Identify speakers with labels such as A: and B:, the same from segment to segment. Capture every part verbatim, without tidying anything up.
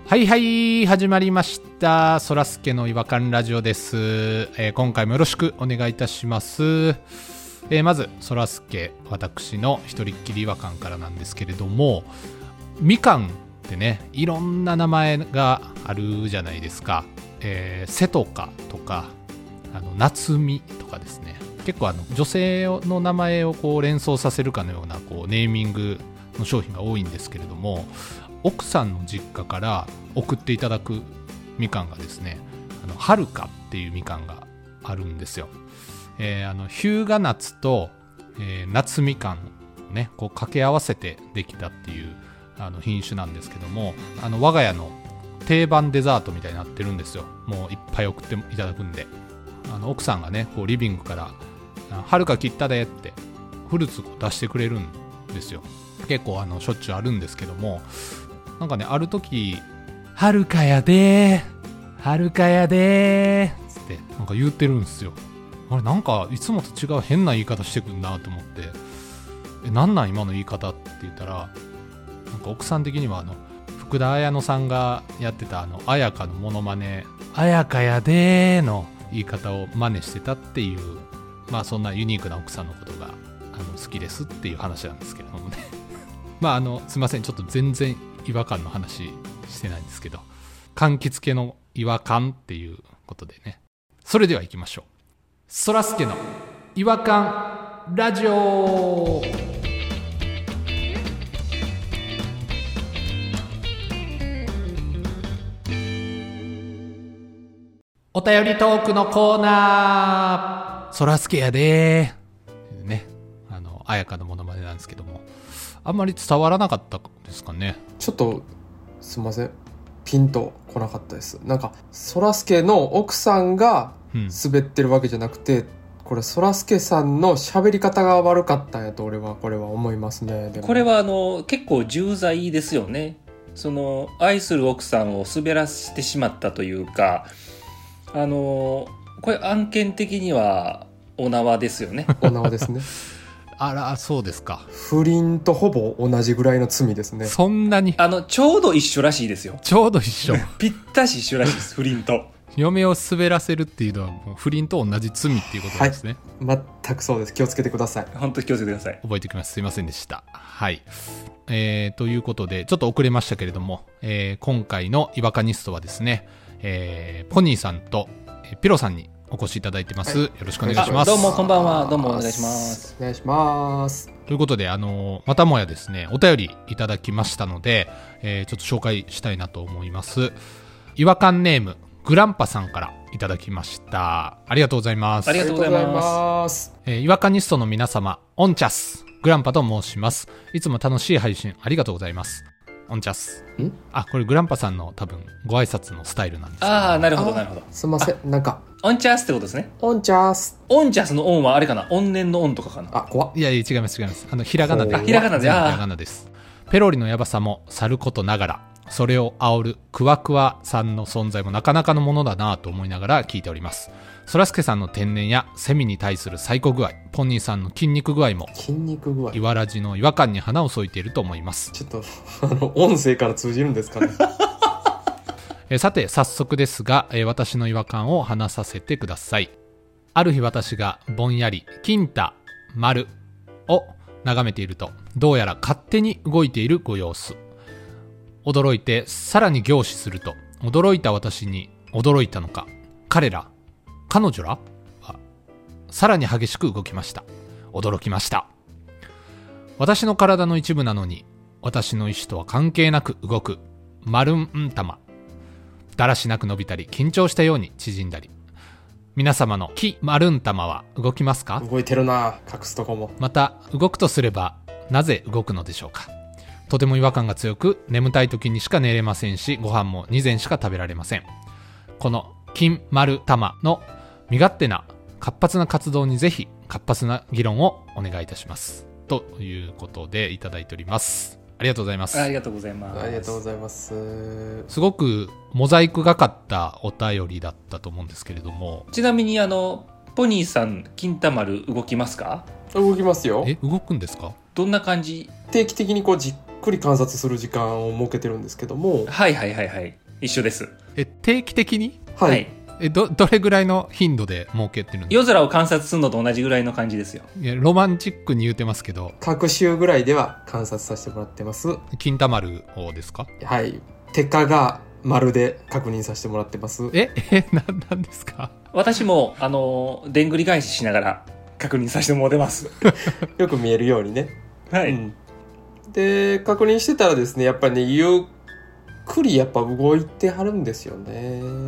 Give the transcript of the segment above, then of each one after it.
A: はいはい始まりました。そらすけの違和感ラジオです、えー、今回もよろしくお願いいたします。えー、まずそらすけ私の一人っきり違和感からなんですけれども、みかんってねいろんな名前があるじゃないですか。えー、せとかとかあの夏みとかですね、結構あの女性の名前をこう連想させるかのようなこうネーミングの商品が多いんですけれども、奥さんの実家から送っていただくみかんがですね、あのはるかっていうみかんがあるんですよ。えー、あの日向夏と、えー、夏みかんをねこう掛け合わせてできたっていうあの品種なんですけども、あの我が家の定番デザートみたいになってるんですよ。もういっぱい送っていただくんで、あの奥さんがねこうリビングからはるか切ったでってフルーツを出してくれるんですよ。結構あのしょっちゅうあるんですけども、なんかねある時はるかやでーはるかやでーつってなんか言ってるんですよ。あれなんかいつもと違う変な言い方してくんなと思って、えなんなん今の言い方って言ったら、なんか奥さん的にはあの福田彩乃さんがやってたあの彩香のモノマネ彩香やでーの言い方を真似してたっていう、まあそんなユニークな奥さんのことがあの好きですっていう話なんですけれどもねまああのすいません、ちょっと全然違和感の話してないんですけど、柑橘系の違和感っていうことでね。それでは行きましょう。そらすけの違和感ラジオ。お便りトークのコーナー。そらすけやでーね、あの彩香のモノマネなんですけども、あんまり伝わらなかったですかね。
B: ちょっとすいません、ピンとこなかったです。なんかそらすけの奥さんが滑ってるわけじゃなくて、うん、これそらすけさんの喋り方が悪かったんやと俺はこれは思いますね。でも
C: これはあの結構重罪ですよね。その愛する奥さんを滑らせてしまったというか、あのこれ案件的にはお縄ですよね。
B: お縄ですね。
A: あらそうですか。
B: 不倫とほぼ同じぐらいの罪ですね。
A: そんなに
C: あのちょうど一緒らしいですよ。
A: ちょうど一緒
C: ぴったし一緒らしいです。不倫と
A: 嫁を滑らせるっていうのはもう不倫と同じ罪っていうことですね。
B: はい、全くそうです。気をつけてください。
C: 本当に気をつけてください。
A: 覚えておきます。すいませんでした。はい、えー、ということでちょっと遅れましたけれども、えー、今回の違和感ニストはですね、えー、ポニーさんとピロさんにお越しいただいてます、はい、よろしくお願いします。
C: どうもこんばんは。どうもお願いします。
B: お願いします。
A: ということで、あのまたもやですねお便りいただきましたので、えー、ちょっと紹介したいなと思います。違和感ネームグランパさんからいただきました。ありがとうございます。
C: ありがとうございます。
A: えー、違和感ニストの皆様、オンチャスグランパと申します。いつも楽しい配信ありがとうございます。オンチャス。んあ、これグランパさんの多分ご挨拶のスタイルなんです。
C: ああ、なるほどなるほど。
B: すいません、なんか
C: オンチャスってことですね。
B: オンチャス。
C: オンチャスのオンはあれかな、怨念のオンとかかな。
B: あ、怖っ。
A: いやいや違います違います。あのひらがなで。
C: あ、ひらがなで。あ、
A: ひらがなです。ペロリのヤバさもさることながら、それを煽るクワクワさんの存在もなかなかのものだなと思いながら聞いております。そらすけさんの天然やセミに対する最高具合、ポニーさんの筋肉具合も
B: 筋肉具合、
A: いわらじの違和感に花を添えていると思います。
B: ちょっとあの音声から通じるんですかね。
A: えさて早速ですが、え私の違和感を話させてください。ある日私がぼんやり金太丸を眺めていると、どうやら勝手に動いているご様子。驚いてさらに凝視すると、驚いた私に驚いたのか、彼ら彼女らはさらに激しく動きました。驚きました。私の体の一部なのに私の意思とは関係なく動く丸ん玉、だらしなく伸びたり緊張したように縮んだり。皆様の木丸ん玉は動きますか？
B: 動いてるな、隠すとこも。
A: また動くとすればなぜ動くのでしょうか？とても違和感が強く、眠たい時にしか寝れませんし、ご飯もに膳しか食べられません。この金丸玉の身勝手な活発な活動にぜひ活発な議論をお願いいたします、ということでいただいております。ありがとうございます。
C: ありがとうございます。
B: ありがとうございます。
A: すごくモザイクがかったお便りだったと思うんですけれども、
C: ちなみにあのポニーさん金太丸動きますか？
B: 動きますよ。
A: え動くんですか？
C: どんな感じ？
B: 定期的にこう実くり観察する時間を設けてるんですけども。
C: はいはいはいはい。一緒です。
A: え、定期的に？
B: はい、はい、
A: え、ど、どれぐらいの頻度で設けてるんですか？
C: 夜空を観察するのと同じぐらいの感じですよ。
A: いや、ロマンチックに言うてますけど。
B: 各週ぐらいでは観察させてもらってます。
A: 金玉丸をですか？
B: はい。テカが丸で確認させてもらってます。
A: え、え、な、なんですか？
C: 私も、あの、でんぐり返ししながら確認させてもらってます。
B: よく見えるようにね。
C: はい、
B: うん。で、確認してたらですね、やっぱりね、ゆっくりやっぱ動いてはるんですよね。うん。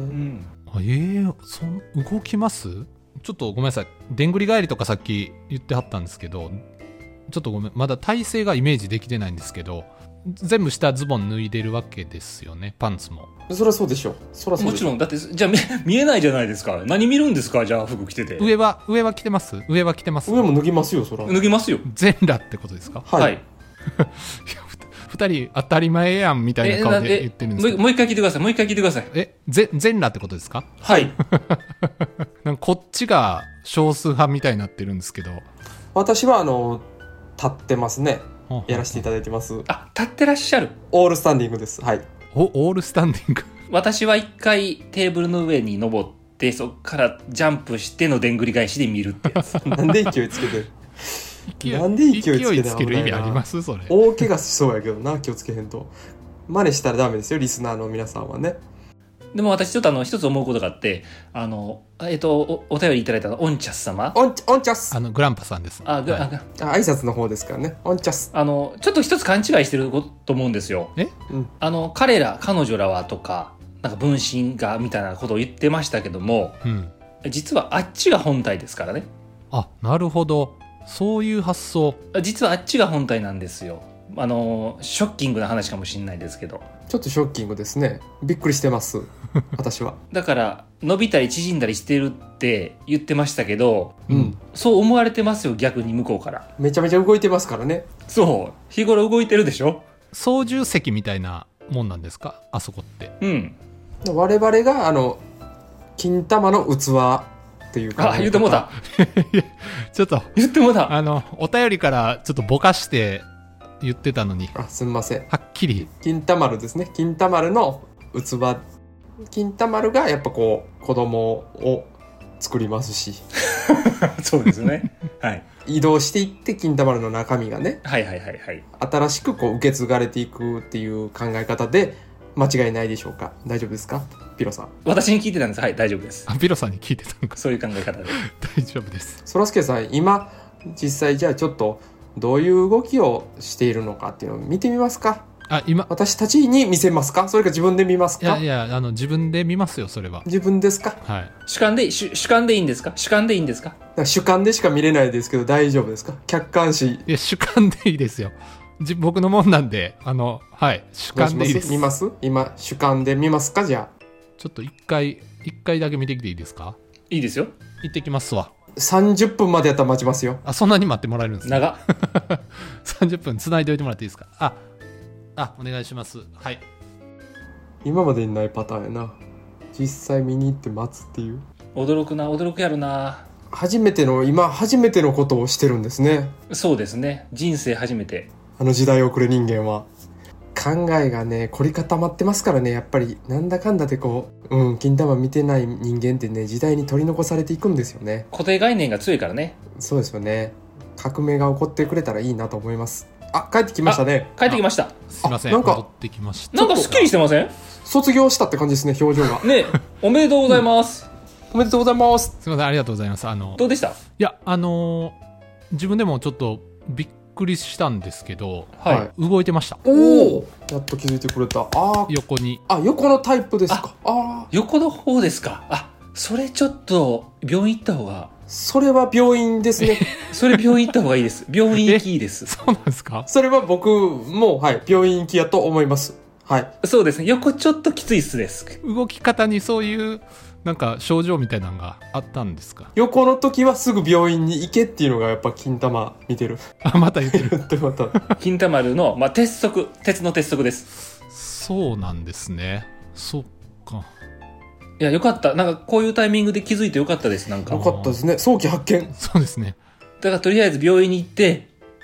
A: えー、そん動きます？ちょっとごめんなさい。でんぐり返りとかさっき言ってはったんですけど、ちょっとごめん、まだ体勢がイメージできてないんですけど、全部下ズボン脱いでるわけですよね、パンツも。
B: そりゃそうでしょ。そりゃそうでしょ。
C: もちろん。だってじゃあ 見, 見えないじゃないですか。何見るんですか？じゃあ服着てて。
A: 上は上は着てます？上は着てます？
B: 上も脱ぎますよ。そら
C: 脱ぎますよ。
A: 全裸ってことですか？
B: はい、はい
A: 二人当たり前やんみたいな顔で言ってるんですけど、
C: もう一回聞いてください。もう一回聞いてください。
A: え、ぜ全裸ってことですか？
C: はい
A: なんかこっちが少数派みたいになってるんですけど、
B: 私はあの立ってますね。やらせていただいてます。
C: あ、立ってらっしゃる。
B: オールスタンディングです。はい。
A: おオールスタンディング。
C: 私は一回テーブルの上に登ってそっからジャンプしてのでんぐり返しで見るってやつ。
B: なんで勢いつけてる
A: 勢い
B: なんで勢いつけて
A: 勢いつける意味あります？それ
B: 大怪我しそうやけどな。気をつけへんと真似したらダメですよ、リスナーの皆さんはね。
C: でも私ちょっとあの一つ思うことがあって、あのえっと お, お便りいただいたオンチャス様、
B: オンオンチャス、
A: あのグランパさんです。
C: あ、
A: はい、
C: あ
B: 挨拶の方ですからね。オンチャス。
C: あのちょっと一つ勘違いしてると思うんですよ。
A: え、
B: うん、
C: あの彼ら彼女らはとかなんか分身がみたいなことを言ってましたけども、
A: うん、
C: 実はあっちが本体ですからね。
A: あ、なるほど、そういう発想。
C: 実はあっちが本体なんですよ。あのショッキングな話かもしれないですけど、
B: ちょっとショッキングですね。びっくりしてます私は。
C: だから伸びたり縮んだりしてるって言ってましたけど、
B: うん、
C: そう思われてますよ、逆に向こうから。
B: めちゃめちゃ動いてますからね。
C: そう、日頃動いてるでしょ。
A: 操縦席みたいなもんなんですか、あそこって。
C: うん。
B: 我々があの金玉の器っていうか。
C: あ、言ってもうた
A: ちょっと
C: 言ってもうた。
A: あのお便りからちょっとぼかして言ってたのに。
B: あ、すみません。
A: はっきり
B: 金玉丸ですね。金玉丸の器。金玉丸がやっぱこう子供を作りますし
C: そうですね、はい、
B: 移動していって金玉丸の中身がね、
C: はいはいはいはい、
B: 新しくこう受け継がれていくっていう考え方で間違いないでしょうか。大丈夫ですか、ピロさん。
C: 私に聞いてたんです。はい、大丈夫です。
A: あ、ピロさんに聞いてたのか。
C: そういう考え方で
A: 大丈夫です。
B: そらすけさん、今実際じゃあちょっとどういう動きをしているのかっていうのを見てみますか。
A: あ、今
B: 私たちに見せますか、それか自分で見ますか。
A: いやいや、あの自分で見ますよ、それは。
B: 自分ですか。
A: はい。
C: 主観で主、主観でいいんですか。主観でいいんですか。
B: 主観でしか見れないですけど大丈夫ですか。客観視。
A: いや、主観でいいですよ。じ僕のもんなんで、あの、はい、主観でいいです。
B: 見ます今、主観で見ますか。じゃあ
A: ちょっと一回一回だけ見てきていいですか。
C: いいですよ。
A: 行ってきますわ。
B: さんじゅっぷんまでやったら待ちますよ。
A: あ、そんなに待ってもらえるんですか。
C: 長
A: さんじゅっぷんつないでおいてもらっていいですか。ああ、お願いします。はい。
B: 今までにないパターンやな。実際見に行って待つっていう。
C: 驚くな、驚くやるな。
B: 初めての、今初めてのことをしてるんですね。
C: そうですね、人生初めて。
B: あの時代遅れ人間は考えがね凝り固まってますからね。やっぱりなんだかんだでこう、うん、金玉見てない人間ってね、時代に取り残されていくんですよね。
C: 固定概念が強いからね。
B: そうですよね。革命が起こってくれたらいいなと思います。あ、帰ってきましたね。
C: 帰ってきました。
A: すいません、
B: なんか
A: 戻ってきました。
C: なんかスッキリしてません。
B: 卒業したって感じですね、表情が。
C: ね、おめでとうございます、
B: うん、おめでとうございます。
A: すいません、ありがとうございます。あの
C: どうでした。い
A: や、あのー、自分でもちょっとびっくりしたんですけど、
C: はい、
A: 動いてました。
B: おお、やっと気づいてくれた。あ、
A: 横に。
B: あ、横のタイプですか。ああ、
C: 横の方ですか。あ、それちょっと病院行った方が。
B: それは病院ですね。
C: それ病院行った方がいいです。病院行きいいです。
A: そうなんですか。
B: それは僕も、はい、病院行きやと思います。はい。
C: そうですね。横ちょっときついっすです。
A: 動き方にそういうなんか症状みたいなのがあったんですか。
B: 横の時はすぐ病院に行けっていうのがやっぱ金玉見てる。
A: あ、また言ってる。
B: ってまた。
C: 金玉丸の、まあ、鉄則、鉄の鉄則です。
A: そうなんですね。そっか。
C: いや、よかった。なんかこういうタイミングで気づいてよかったです。なんか。
B: よかったですね。早期発見。
A: そうですね。
C: だからとりあえず病院に行って、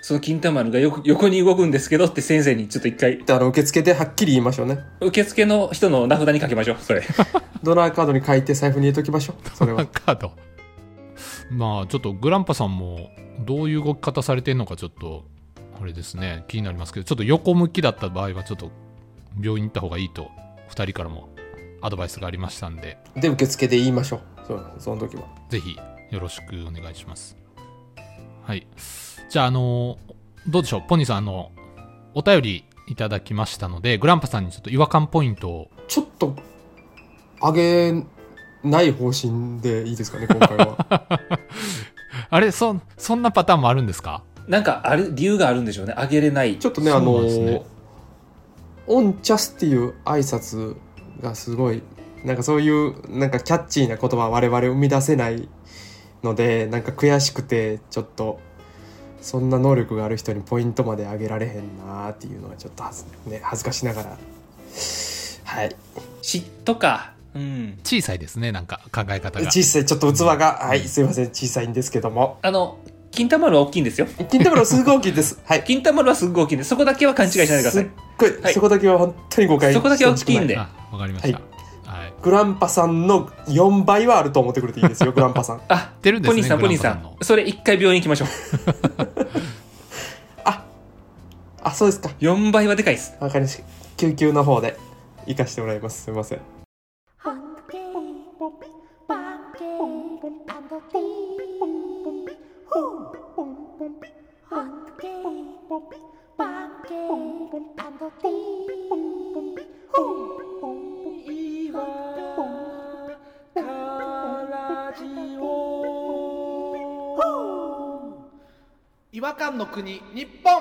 C: その金玉がよく横に動くんですけどって先生にちょっと一回
B: あの受付ではっきり言いましょうね。
C: 受付の人の名札に書きましょうそれ
B: ドナーカードに書いて財布に入れときましょう。それは
A: カード。まあちょっとグランパさんもどういう動き方されてるのかちょっとあれですね、気になりますけど、ちょっと横向きだった場合はちょっと病院行った方がいいとふたりからもアドバイスがありましたんで、
B: で受付で言いましょう。そうその時は
A: ぜひよろしくお願いします。はい、じゃああのどうでしょう、ポニーさん、あのお便りいただきましたので、グランパさんにちょっと違和感ポイントを
B: ちょっと上げない方針でいいですかね今回は
A: あれ そ, そんなパターンもあるんですか？
C: なんかある理由があるんでしょうね、あげれない。
B: ちょっとねあの
A: ね、
B: オンチャスっていう挨拶がすごいなんかそういうなんかキャッチーな言葉は我々生み出せないので、なんか悔しくてちょっとそんな能力がある人にポイントまで上げられへんなっていうのはちょっとはず、ね、恥ずかしながら、はい、
C: 嫉妬か、うん、
A: 小さいですね、なんか考え方が
B: 小さい、ちょっと器が、はい、すいません、小さいんですけども、
C: あの金玉は大きいんですよ。
B: 金玉はすごい大きいです。はい。
C: 金玉はすごい大きいんで、そこだけは勘違いしないでください。
B: すっごい、はい、そこだけは本当に誤解。
C: そこだけは大きいんで。
A: あ、わかりました。はい。
B: グランパさんのよんばいはあると思ってくれていいですよ、グランパさん。
C: あ、
A: 出るんですね。
C: ポニーさん、ポニーさん、それ一回病院行きましょう。
B: あ、あ、そうですか。
C: よんばいはでかいです。
B: わかりました。救急の方で行かしてもらいます。すみません。
A: 違和感の国日本、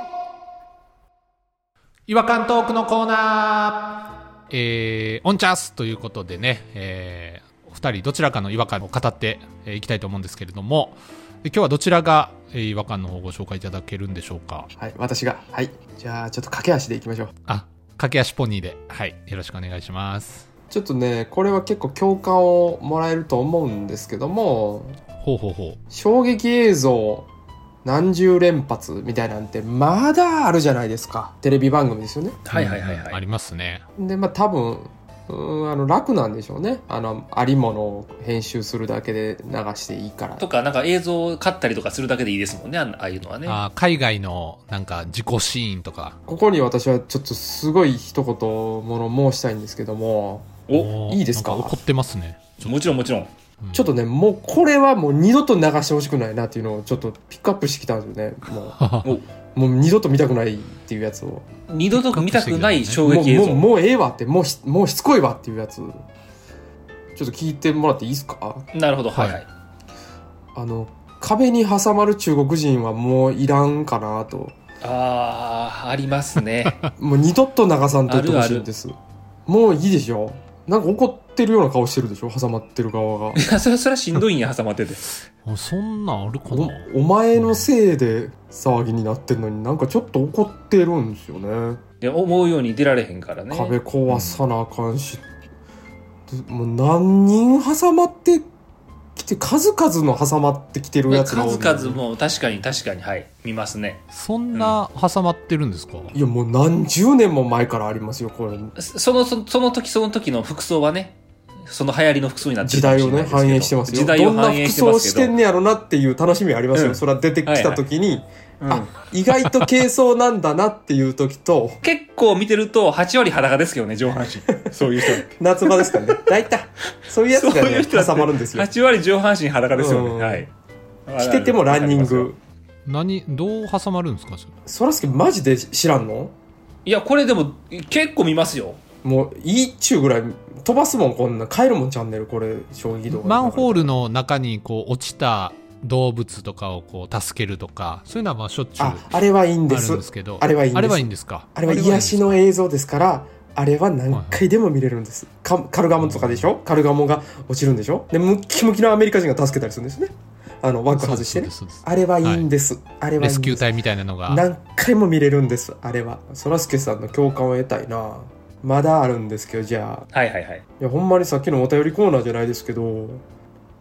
A: 違和感トークのコーナー、えー、オンチャスということでね、えー、お二人どちらかの違和感を語ってい、えー、きたいと思うんですけれども、今日はどちらが、えー、違和感の方をご紹介いただけるんでしょうか？
B: はい、私が。はい、じゃあちょっと駆け足でいきましょう。
A: あ、駆け足ポニーで、はい、よろしくお願いします。
B: ちょっとね、これは結構共感をもらえると思うんですけども、
A: ほうほうほう、
B: 衝撃映像何十連発みたいなんてまだあるじゃないですか。テレビ番組ですよね。
C: はいはいはいはい、
A: ありますね。
B: で、まあ多分うんあの楽なんでしょうね。あのありものを編集するだけで流していいから
C: とか、なんか映像を買ったりとかするだけでいいですもんね、ああいうのはね。
A: あ、海外のなんか自己シーンとか。
B: ここに私はちょっとすごい一言もの申したいんですけども、
C: お、
B: いいですか？
A: なんか怒ってますね。
C: もちろんもちろん。
B: ちょっとね、もうこれはもう二度と流してほしくないなっていうのをちょっとピックアップしてきたんですよね。もうもう二度と見たくないっていうやつを、
C: 二度と見たくない衝撃映像、
B: もう、もう、もうええわって、もうもうしつこいわっていうやつ、ちょっと聞いてもらっていいですか？
C: なるほど、はいはい。
B: あの壁に挟まる中国人はもういらんかなと。
C: あー、ありますね。
B: もう二度と流さんといてほしいんです。あるある、もういいでしょ。なんか怒ってるような顔してるでしょ、挟まってる側が。
C: いや、それそれはしんどいんや、挟まってて。
A: そんなんあるかな。
B: お, お前のせいで騒ぎになってんのに、なんかちょっと怒ってるんですよね。
C: で、思うように出られへんからね。
B: 壁壊さなあかんし、うん、もう何人挟まってきて、数々の挟まってきてるやつが多い。
C: 数々も確かに確かに、はい、見ますね。
A: そんな挟まってるんですか？
B: いや、もう何十年も前からありますよ、これ。
C: そのそその時その時の服装はね、その流行りの服装になってるかもしれないですけど、
B: 時代をね反映してますよ。
C: 時代を反映してますけど、
B: どんな服装してんねやろなっていう楽しみありますよ、うん、それは出てきた時に、はいはい、あ、うん、意外と軽装なんだなっていう時と、
C: 結構見てるとはち割裸ですけどね、上半身。そういう人
B: 夏場ですからね、大体そういうやつが、ね、挟まるんですよ。
C: はち割上半身裸ですよね、うん、はい。
B: 着ててもランニング。
A: 何、どう挟まるんですか？
B: そらすけマジで知らんの？
C: いや、これでも結構見ますよ。
B: もういいっちゅうぐらい飛ばすもん、こんな変えるもんチャンネル、これ衝撃動画。
A: マンホールの中にこう落ちた動物とかをこう助けるとか、そういうのはまあしょっちゅうあるんですけど、
B: ああれはいいんです。
A: あれはいいんです。
B: あれはいいんですか？あれは癒しの映像ですから、あれは何回でも見れるんです、はいはい、カルガモとかでしょ、カルガモが落ちるんでしょ、でムッキムキのアメリカ人が助けたりするんですね、あの枠外してね。あれはいいんです、はい、あれはいいんです。レスキュー隊みたいなのが何回も見れるんです。あれはそらすけさんの共感を得たいな。まだあるんですけど、じゃあ、
C: はいはいはい、
B: いやほんまにさっきのお便りコーナーじゃないですけど、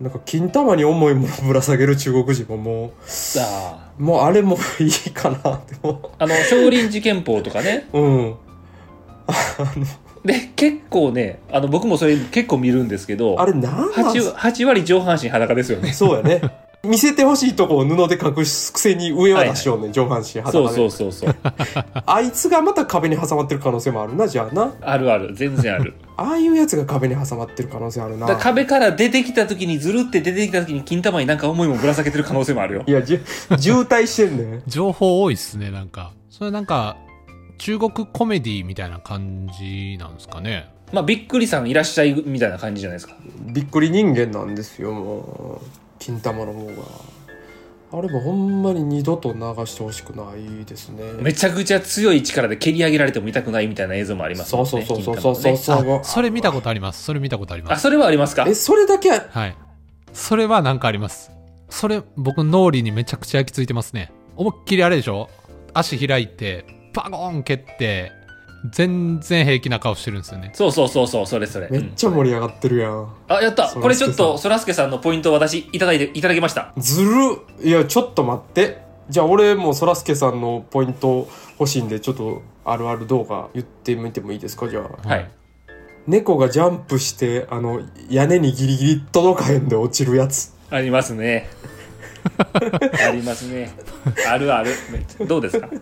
B: なんか金玉に重いものをぶら下げる中国人ももう
C: あ
B: もうあれもいいかなっても
C: あの少林寺拳法とかね
B: うん
C: で結構ねあの僕もそれ結構見るんですけど
B: あれなんなん
C: 8, 8割上半身裸ですよね
B: そうやね見せてほしいとこを布で隠すくせに上は出しようね、はいはい、上半身裸で
C: そうそうそうそう
B: あいつがまた壁に挟まってる可能性もあるなじゃあな
C: あるある全然ある
B: ああいうやつが壁に挟まってる可能性あるな
C: だ壁から出てきた時にずるって出てきた時に金玉になんか重いもんぶら下げてる可能性もあるよ
B: いやじ渋滞してんね
A: 情報多いっすねなんかそれなんか中国コメディみたいな感じなんですかね
C: まあびっくりさんいらっしゃいみたいな感じじゃないですか
B: びっくり人間なんですよもう金玉の方があれもほんまに二度と流してほしくないですね
C: めちゃくちゃ強い力で蹴り上げられても痛くないみたいな映像もありますもんね
B: そうそうそうそうそうそう、
A: ね、それ見たことありますそれ見たことあります
C: あそれはありますか
B: えそれだけ
A: はいそれはなんかありますそれ僕脳裏にめちゃくちゃ焼き付いてますね思いっきりあれでしょ足開いてパゴン蹴って全然平気な顔してるんですよね
C: そうそうそうそうそれそれ
B: めっちゃ盛り上がってるやん、
C: うん、あやったこれちょっとそらすけさんのポイントを私いただいていただきました
B: ずるいやちょっと待ってじゃあ俺もそらすけさんのポイント欲しいんでちょっとあるある動画言ってみてもいいですかじゃあ
C: はい
B: 猫がジャンプしてあの屋根にギリギリ届かへんで落ちるやつ
C: ありますねありますねあるあるどうですか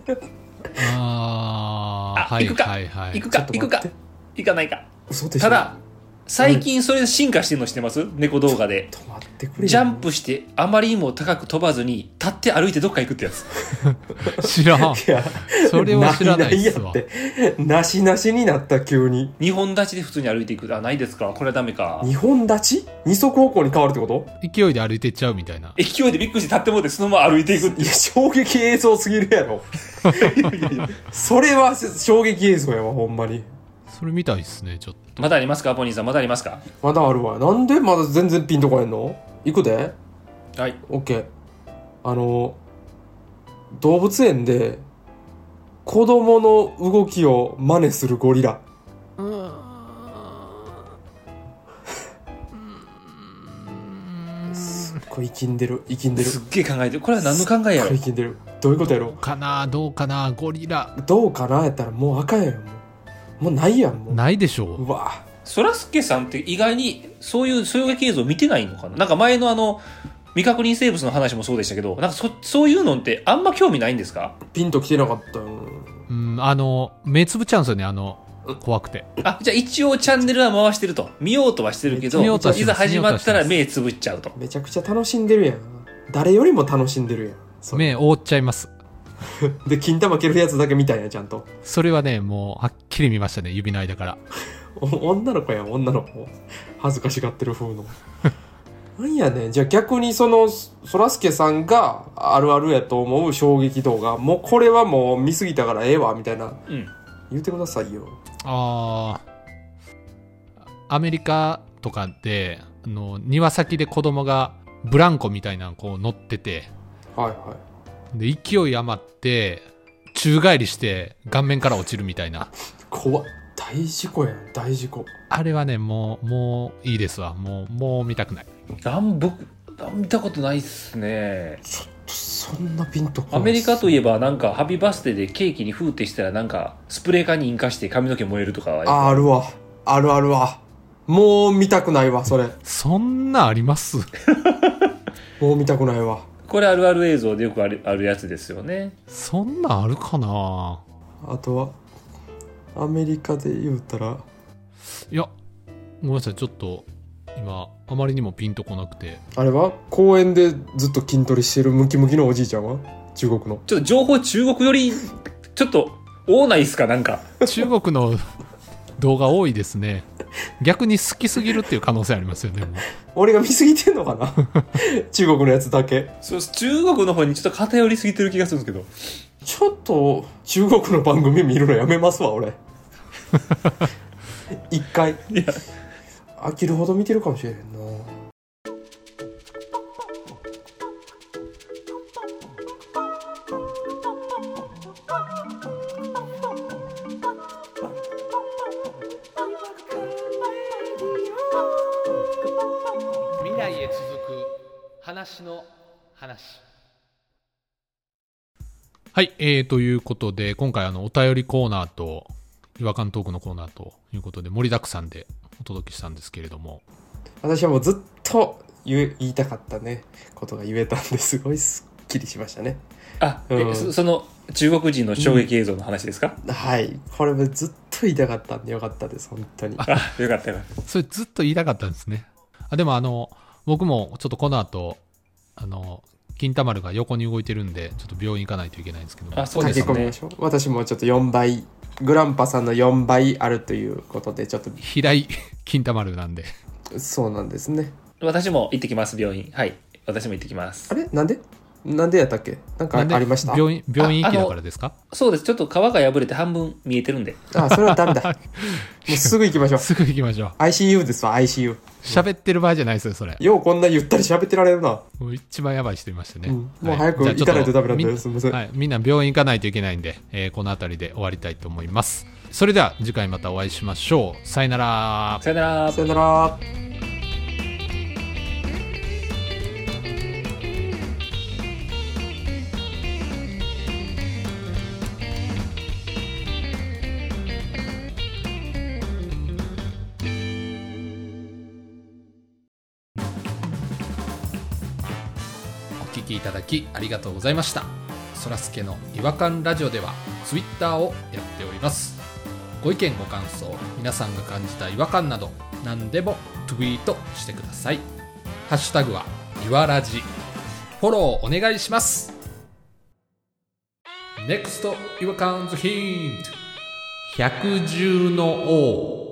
A: ああ
C: 行くか、
A: はいはいはい、
C: 行くか行くか行かないか
B: 嘘でしょ
C: ただ最近それ進化してるの知ってます、猫動画で
B: ちょっと待ってくれ
C: ジャンプしてあまりにも高く飛ばずに立って歩いてどっか行くってやつ
A: 知らん
B: いや
A: それは知らないっすわ
B: ないやってなしなしになった急に
C: にほん立ちで普通に歩いていくあないですかこれはダメか
B: にほん立ち二足歩行に変わるってこと
A: 勢いで歩いてっちゃうみたいな
C: 勢いでびっくりして立ってもってそのまま歩いていくって
B: いや衝撃映像すぎるやろそれは衝撃映像やわほんまに
A: それみたいっすねちょっと
C: まだありますかポニーさんまだありますか
B: まだあるわなんでまだ全然ピンとこへんの行くで
C: はい
B: OK あの動物園で子供の動きを真似するゴリラ
A: うーん
B: すっごい生きんでる生きんでる
C: すっげえ考えてるこれは何の考えやろ
B: すっごい生きんでるどういうことやろ
A: どうかなどうかなゴリラ
B: どうかなやったらもうあかんやんもうもうないやんもう
A: ないでしょう
B: うわ
C: そらすけさんって意外にそういう衝撃映像見てないのかななんか前のあの未確認生物の話もそうでしたけどなんか そ, そういうのってあんま興味ないんですか
B: ピンときてなかったよ
A: うんあの目つぶっちゃうんですよねあの怖くて
C: あじゃあ一応チャンネルは回してると見ようとはしてるけど
A: 見ようとはして
C: いざ
A: ます
C: 始まったら目つぶっちゃうと
B: めちゃくちゃ楽しんでるやん誰よりも楽しんでるやんそれ
A: 目覆っちゃいます
B: で金玉蹴るやつだけ見たんやちゃんと
A: それはねもうはっきり見ましたね指の間から
B: 女の子やん女の子恥ずかしがってる風のなんやねんじゃあ逆にそのそらすけさんがあるあるやと思う衝撃動画もうこれはもう見すぎたからええわみたいな、
C: うん、
B: 言ってくださいよ
A: あアメリカとかであの庭先で子供がブランコみたいなのこう乗ってて
B: はいは
A: で勢い余って宙返りして顔面から落ちるみたいな
B: 怖っ大事故やん大事故
A: あれはねもうもういいですわもうもう見たくない
C: なん僕見たことないっすね
B: ちょっとそんなピンとこない
C: アメリカといえばなんかハッピーバースデーでケーキにフーってしたらなんかスプレー缶に引火して髪の毛燃えるとかは
B: ああるわあるあるわもう見たくないわそれ
A: そんなあります
B: もう見たくないわ
C: これあるある映像でよくある、あるやつですよね
A: そんなんあるかな
B: あとはアメリカで言うたら
A: いやごめんなさいちょっと今あまりにもピンとこなくて
B: あれは公園でずっと筋トレしてるムキムキのおじいちゃんは中国の
C: ちょっと情報中国よりちょっと多ないっすかなんか
A: 中国の動画多いですね逆に好きすぎるっていう可能性ありますよねもう
B: 俺が見すぎてんのかな中国のやつだけ
C: そう中国の方にちょっと偏りすぎてる気がするんですけど
B: ちょっと中国の番組見るのやめますわ俺一回
C: いや
B: 飽きるほど見てるかもしれへんな
D: 未来へ
A: へ続く話の話。はい、えー、ということで今回あのお便りコーナーと違和感トークのコーナーということで盛りだくさんでお届けしたんですけれども、
B: 私はもうずっと言いたかったねことが言えたんですごいすっきりしましたね。
C: あ、
B: うん、
C: そ, その中国人の衝撃映像の話ですか？
B: うん、はい、これずっと言いたかったんでよかったです本当に。
C: あ、よかったよかった。
A: それずっと言いたかったんですね。あでもあの僕もちょっとこの後あの金太丸が横に動いてるんでちょっと病院行かないといけないんですけども。
C: あ、そうですね。
B: 駆け込みましょう。私もちょっとよんばいグランパさんのよんばいあるということでちょっと
A: 平井金太丸なんで。
B: そうなんですね。
C: 私も行ってきます病院。はい、私も行ってきます。
B: あれなんでなんでやったっけ？なんかありました？
A: 病院病院行きだからですか？
C: そうです。ちょっと皮が破れて半分見えてるんで。
B: あ、それはダメだ。もうすぐ行きましょう。
A: すぐ行きましょう。
B: アイシーユー ですわ アイシーユー。
A: 喋ってる場合じゃないですよそれ。
B: ようこんなゆったり喋ってられるな。
A: もう一番やばい人いましたね、
B: うん、もう早く行かないとダメなんで、すみません、
A: はい、みんな病院行かないといけないんで、えー、この辺りで終わりたいと思います。それでは次回またお会いしましょう。さよなら。
C: さよなら。
B: さよなら。
A: お聞きいただきありがとうございました。そらすけの違和感ラジオではツイッターをやっております。ご意見ご感想、皆さんが感じた違和感など何でもツイートしてください。ハッシュタグはいわらじ。フォローお願いします。 ネクスト 違和感ズヒント、百獣の王。